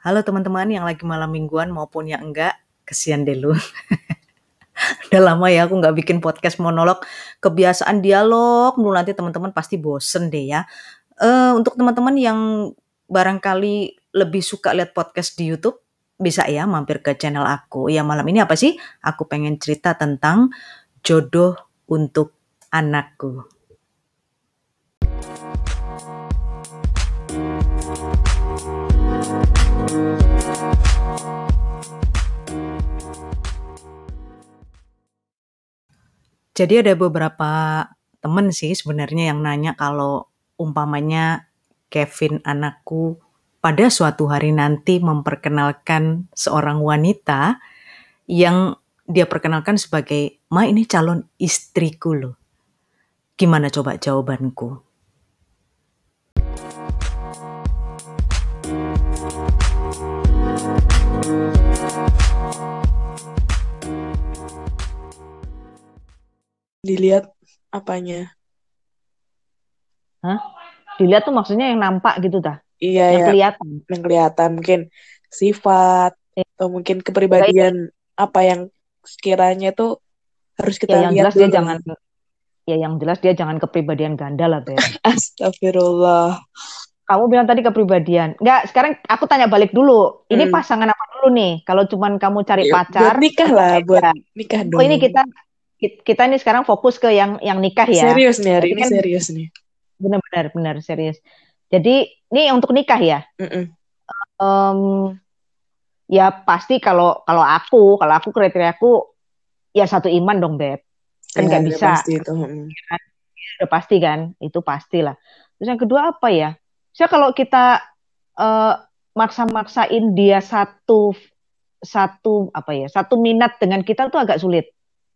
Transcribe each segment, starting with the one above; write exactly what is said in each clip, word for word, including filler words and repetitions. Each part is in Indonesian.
Halo teman-teman yang lagi malam mingguan maupun yang enggak, kesian deh lu. Udah lama ya aku nggak bikin podcast monolog, kebiasaan dialog mulu, nanti teman-teman pasti bosen deh ya. Eee, untuk teman-teman yang barangkali lebih suka lihat podcast di YouTube, bisa ya mampir ke channel aku. Ya malam ini apa sih? Aku pengen cerita tentang jodoh untuk anakku. Jadi ada beberapa temen sih sebenarnya yang nanya kalau umpamanya Kevin anakku pada suatu hari nanti memperkenalkan seorang wanita yang dia perkenalkan sebagai, "Ma, ini calon istriku loh." Gimana coba jawabanku? Dilihat apanya? Hah? Dilihat tuh maksudnya yang nampak gitu dah, Iya yang ya, kelihatan. yang kelihatan mungkin sifat Eh, atau mungkin enggak ya, kepribadian apa yang sekiranya itu harus ya kita yang lihat jelas dia dulu. jangan ya yang jelas dia jangan kepribadian ganda lah, Beb. Astagfirullah. Kamu bilang tadi kepribadian. Enggak, sekarang aku tanya balik dulu. Ini Hmm. pasangan apa dulu nih? Kalau cuman kamu cari Ya, buat pacar, nikah agak lah, buat beda. nikah Oh, ini dong. kita kita ini sekarang fokus ke yang yang nikah ya. Serius nih, hari Berarti ini kan serius nih. benar-benar benar serius. Jadi ini untuk nikah ya. Mm-mm. Em, ya pasti kalau kalau aku kalau aku kriteria aku ya satu iman dong, Beb. Kan Ya nggak udah bisa. pasti itu. Mm. Kan? Udah pasti kan, itu pastilah. Terus yang kedua apa ya? Saya kalau kita eh, maksa-maksain dia satu satu apa ya, satu minat dengan kita tuh agak sulit.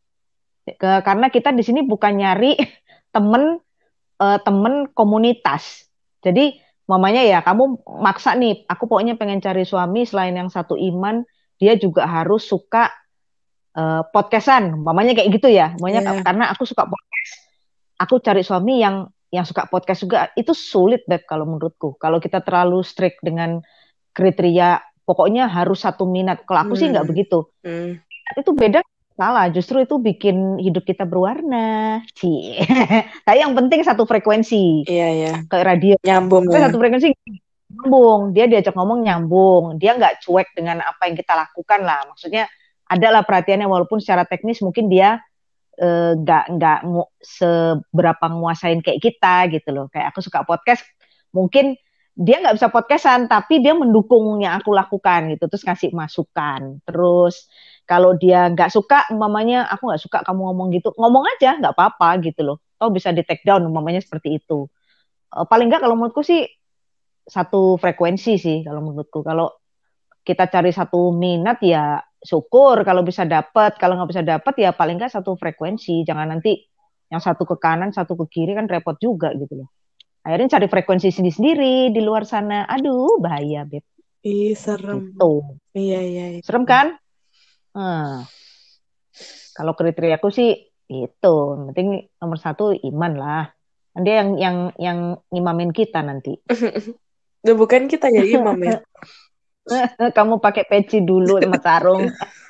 Ke- karena kita di sini bukan nyari temen eh, temen komunitas. Jadi mamanya ya kamu maksa nih, aku pokoknya pengen cari suami selain yang satu iman, dia juga harus suka eh, podcastan. Mamanya kayak gitu ya. Mamanya Ya, karena aku suka podcast, aku cari suami yang yang suka podcast juga. Itu sulit, Beb, kalau menurutku. Kalau kita terlalu strict dengan kriteria pokoknya harus satu minat. Kalau aku sih nggak hmm. begitu. Hmm. Itu beda, salah. Justru itu bikin hidup kita berwarna. Cie. Tapi yang penting satu frekuensi Iya ya, kayak radio. nyambung Tapi ya. satu frekuensi nyambung. Dia diajak ngomong nyambung. Dia nggak cuek dengan apa yang kita lakukan lah. Maksudnya adalah perhatiannya walaupun secara teknis mungkin dia eh, nggak eh, nggak seberapa nguasain kayak kita gitu loh. Kayak aku suka podcast, mungkin dia nggak bisa podcastan, tapi dia mendukung yang aku lakukan gitu, terus ngasih masukan. Terus kalau dia nggak suka, umpamanya aku nggak suka kamu ngomong gitu, ngomong aja nggak apa-apa gitu loh. Oh bisa di take down, umpamanya seperti itu. Eh, paling nggak kalau menurutku sih satu frekuensi sih kalau menurutku. Kalau kita cari satu minat ya syukur kalau bisa dapat, kalau nggak bisa dapat ya paling nggak satu frekuensi, jangan nanti yang satu ke kanan satu ke kiri kan repot juga gitu loh. Akhirnya cari frekuensi sendiri-sendiri di luar sana, aduh bahaya, Beb. Ih, serem. Gitu. Iya iya iya. Serem kan? Hmm. Kalau kriteria aku sih itu yang penting nomor satu iman lah. Dia yang yang yang ngimamin kita nanti. Udah bukan kita ya imam ya. Kamu pakai peci dulu sama sarung.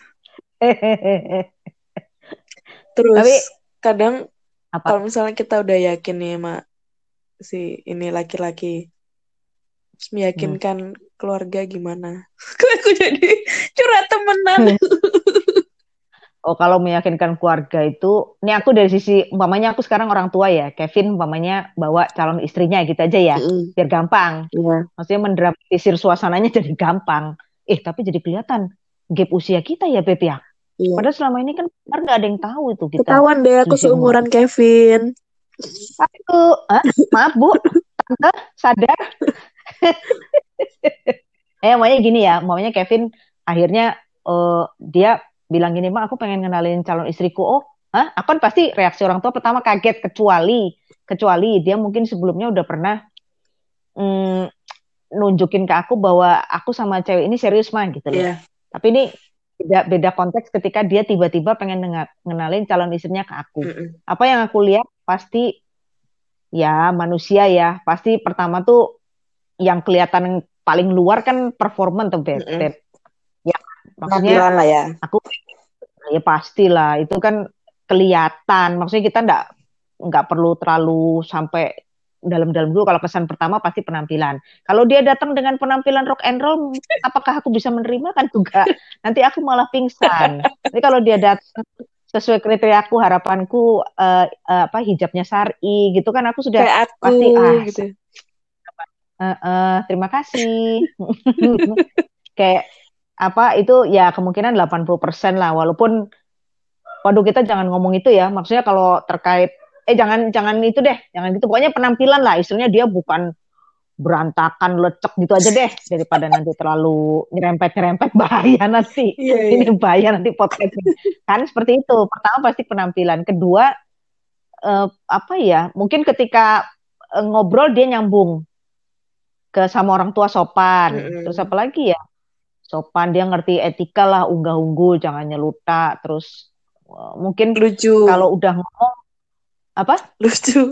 Terus Tapi kadang apa? kalau misalnya kita udah yakin nih sama si ini laki-laki, terus Hmm. meyakinkan keluarga gimana? Kok aku jadi curhat temenan? Oh, kalau meyakinkan keluarga itu, ini aku dari sisi, umpamanya aku sekarang orang tua ya, Kevin umpamanya bawa calon istrinya gitu aja ya, Mm-mm. biar gampang. Iya, Maksudnya mendramatisir suasananya jadi gampang. Eh, tapi jadi kelihatan gap usia kita ya, Beb ya. iya. Padahal selama ini kan benar nggak ada yang tahu itu kita Ketahuan deh aku selisih umur. seumuran Kevin. Aku, ah, maaf Bu, Tante, sadar. Eh, maunya gini ya, maunya Kevin akhirnya eh, dia bilang gini, Mak, aku pengen kenalin calon istriku. Oh, hah? Aku kan pasti reaksi orang tua pertama kaget, kecuali kecuali dia mungkin sebelumnya udah pernah mm, nunjukin ke aku bahwa aku sama cewek ini serius mah gitu loh. Iya. Tapi ini beda beda konteks ketika dia tiba-tiba pengen dengar, ngenalin calon istrinya ke aku. Mm-mm. Apa yang aku lihat pasti ya manusia ya, pasti pertama tuh yang kelihatan paling luar kan performan tuh Beb. Mm-mm. Beb. Ya, maksudnya Penampilan lah ya. aku ya pastilah itu kan kelihatan. Maksudnya kita nggak nggak perlu terlalu sampai dalam-dalam dulu. Kalau kesan pertama pasti penampilan. Kalau dia datang dengan penampilan rock and roll, apakah aku bisa menerima? Kan juga. Nanti aku malah pingsan. Tapi kalau dia datang sesuai kriteria aku, harapanku eh, eh, apa hijabnya syar'i gitu kan, aku sudah Kayak aku pasti ah gitu. eh, eh, terima kasih. Kayak apa itu ya kemungkinan delapan puluh persen lah, walaupun waduh kita jangan ngomong itu ya. Maksudnya kalau terkait eh jangan jangan itu deh, jangan gitu. Pokoknya penampilan lah, istilahnya dia bukan berantakan lecek gitu aja deh, daripada nanti terlalu nyerempet-nyerempet bahaya nanti. Iya, iya. Ini bahaya nanti podcast ini. Kan seperti itu. Pertama pasti penampilan. Kedua eh, apa ya? Mungkin ketika eh, ngobrol dia nyambung ke sama orang tua sopan. Mm-mm. Terus apa lagi ya? Sopan, dia ngerti etika lah, unggah-ungguh, jangan nyeluta. Terus eh, mungkin Lucu. kalau udah ngomong apa? Lucu.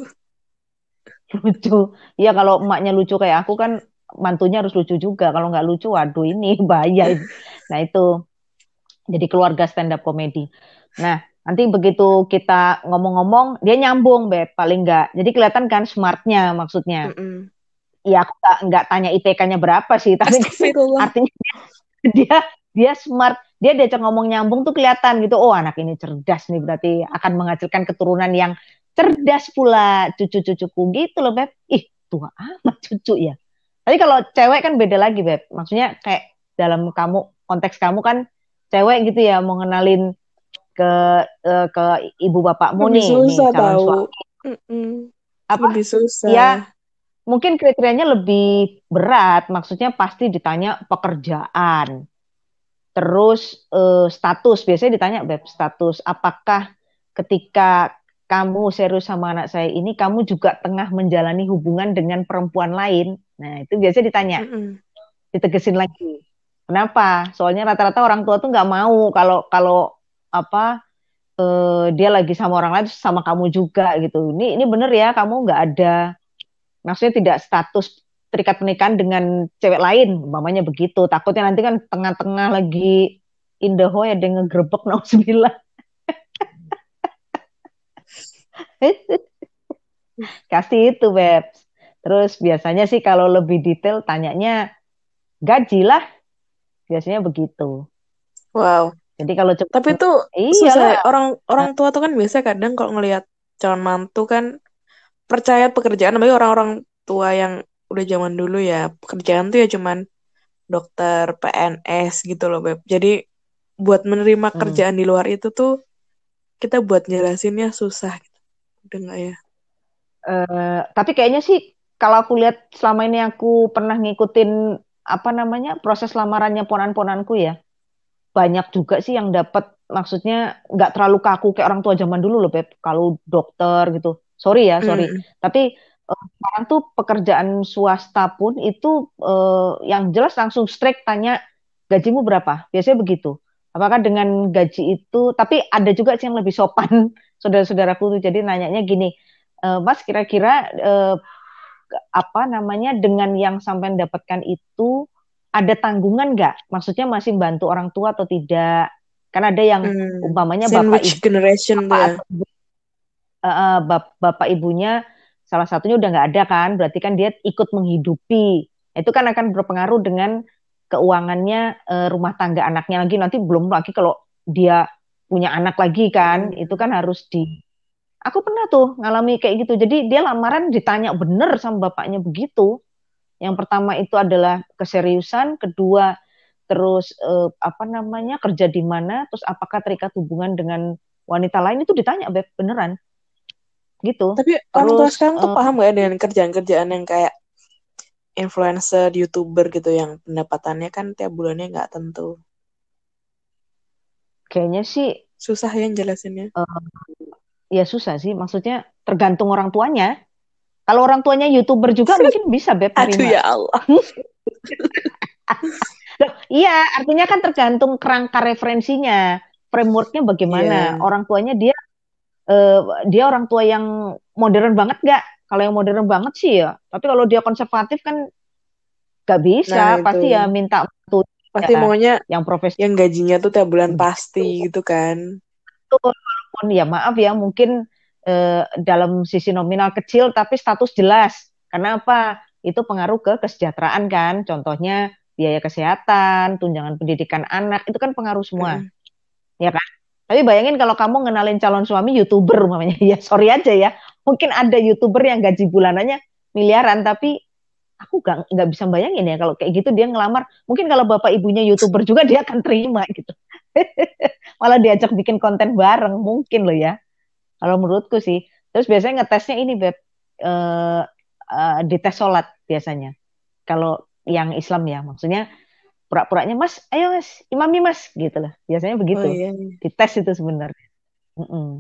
Lucu. Iya kalau emaknya lucu kayak aku kan mantunya harus lucu juga. Kalau nggak lucu, waduh ini bahaya. ini. Nah itu jadi keluarga stand up comedy. Nah nanti begitu kita ngomong-ngomong, dia nyambung, Beb, paling nggak. Jadi kelihatan kan smartnya maksudnya. Mm-mm. Ya aku nggak nggak tanya I P K-nya berapa sih, tapi Astagfirullah. artinya dia dia smart. Dia diajak ngomong nyambung tuh kelihatan gitu. Oh anak ini cerdas nih, berarti akan menghasilkan keturunan yang cerdas pula cucu-cucuku gitu loh Beb. Ih tua amat cucu ya. Tapi kalau cewek kan beda lagi Beb. Maksudnya kayak dalam kamu konteks kamu kan cewek gitu ya, mau ngenalin ke eh, ke ibu bapakmu Lebih nih, nih susah calon tahu. suami. Mm-mm. Apa? Lebih susah. Ya mungkin kriterianya lebih berat. Maksudnya pasti ditanya pekerjaan. Terus eh, status, biasanya ditanya Beb, status apakah ketika kamu serius sama anak saya ini, kamu juga tengah menjalani hubungan dengan perempuan lain. Nah, itu biasanya ditanya, Mm-mm. ditegesin lagi. Kenapa? Soalnya rata-rata orang tua tuh nggak mau kalau kalau apa eh, dia lagi sama orang lain sama kamu juga gitu. Ini ini bener ya, kamu nggak ada, maksudnya tidak status terikat pernikahan dengan cewek lain, umpamanya begitu. Takutnya nanti kan tengah-tengah lagi indaho ya dia ngegrebek nauzubillah. Kasih itu, Beb. Terus biasanya sih kalau lebih detail tanyanya gaji lah. Biasanya begitu. Wow. Jadi kalau cuma Tapi itu iyalah. susah. Orang orang tua tuh kan biasa kadang kalau ngelihat calon mantu kan percaya pekerjaan, tapi orang-orang tua yang udah zaman dulu ya pekerjaan tuh ya cuman dokter, P N S gitu loh Beb. Jadi buat menerima Hmm. kerjaan di luar itu tuh kita buat jelasinnya susah gitu. Udah nggak ya? Eh, tapi kayaknya sih kalau aku lihat selama ini aku pernah ngikutin apa namanya proses lamarannya ponan-ponanku ya, banyak juga sih yang dapat, maksudnya nggak terlalu kaku kayak orang tua zaman dulu loh Beb. Kalau dokter gitu, sorry ya sorry, Mm. tapi eh, sekarang tuh pekerjaan swasta pun itu eh, yang jelas langsung straight tanya gajimu berapa, biasanya begitu. Apakah dengan gaji itu, tapi ada juga sih yang lebih sopan saudara-saudaraku tuh, jadi nanyanya gini, "Eh, Mas kira-kira eh, apa namanya dengan yang sampai dapatkan itu ada tanggungan nggak? Maksudnya masih bantu orang tua atau tidak? Kan ada yang Hmm. umpamanya bapak Sandwich ibu generation tuh bapak ya. atau ibu, eh, eh, bap- bapak ibunya salah satunya udah nggak ada kan? Berarti kan dia ikut menghidupi. Itu kan akan berpengaruh dengan keuangannya eh, rumah tangga anaknya lagi. Nanti belum lagi kalau dia punya anak lagi kan, Mm. itu kan harus di. Aku pernah tuh ngalami kayak gitu. Jadi dia lamaran ditanya bener sama bapaknya begitu. Yang pertama itu adalah keseriusan, kedua terus eh, apa namanya kerja di mana, terus apakah terikat hubungan dengan wanita lain, itu ditanya Beb, beneran gitu. Tapi orang tua Terus sekarang tuh eh, paham gak ya dengan kerjaan-kerjaan yang kayak influencer, YouTuber gitu yang pendapatannya kan tiap bulannya nggak tentu. kayaknya sih Susah ya jelasinnya. eh, ya susah sih. Maksudnya tergantung orang tuanya. Kalau orang tuanya YouTuber juga mungkin bisa Beb Aduh nerima. ya Allah. Loh, iya, artinya kan tergantung kerangka referensinya, frameworknya bagaimana. Iya. Orang tuanya dia eh, dia orang tua yang modern banget nggak? Kalau yang modern banget sih ya. Tapi kalau dia konservatif kan Gak bisa, Nah, pasti itu. ya minta mantu Pasti ya, maunya yang profesional. yang gajinya tuh tiap bulan Betul. pasti gitu kan. Walaupun ya maaf ya, mungkin eh, dalam sisi nominal kecil tapi status jelas. Karena apa? Itu pengaruh ke kesejahteraan kan. Contohnya biaya kesehatan, tunjangan pendidikan anak, itu kan pengaruh semua. Mm-mm. Ya kan? Tapi bayangin kalau kamu ngenalin calon suami YouTuber mamanya, ya sorry aja ya. Mungkin ada YouTuber yang gaji bulanannya miliaran, tapi aku gak, nggak bisa bayangin ya kalau kayak gitu dia ngelamar. Mungkin kalau bapak ibunya YouTuber juga dia akan terima gitu. Malah diajak bikin konten bareng, mungkin loh ya. Kalau menurutku sih. Terus biasanya ngetesnya ini Beb, eh, eh, dites sholat biasanya. Kalau yang Islam ya, maksudnya pura-puranya Mas, ayo Mas, imami Mas, gitu lah. Biasanya Oh begitu. iya. Dites itu sebenarnya. Mm-mm.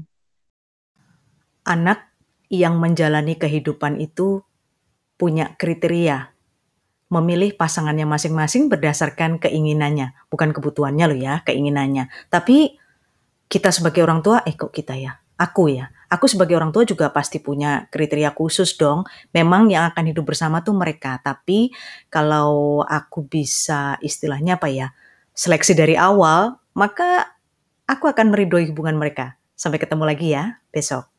Anak yang menjalani kehidupan itu punya kriteria. Memilih pasangannya masing-masing berdasarkan keinginannya. Bukan kebutuhannya loh ya, keinginannya. Tapi kita sebagai orang tua, eh kok kita ya? Aku ya. Aku sebagai orang tua juga pasti punya kriteria khusus dong. Memang yang akan hidup bersama tuh mereka. Tapi kalau aku bisa istilahnya apa ya, seleksi dari awal, maka aku akan meridhoi hubungan mereka. Sampai ketemu lagi ya besok.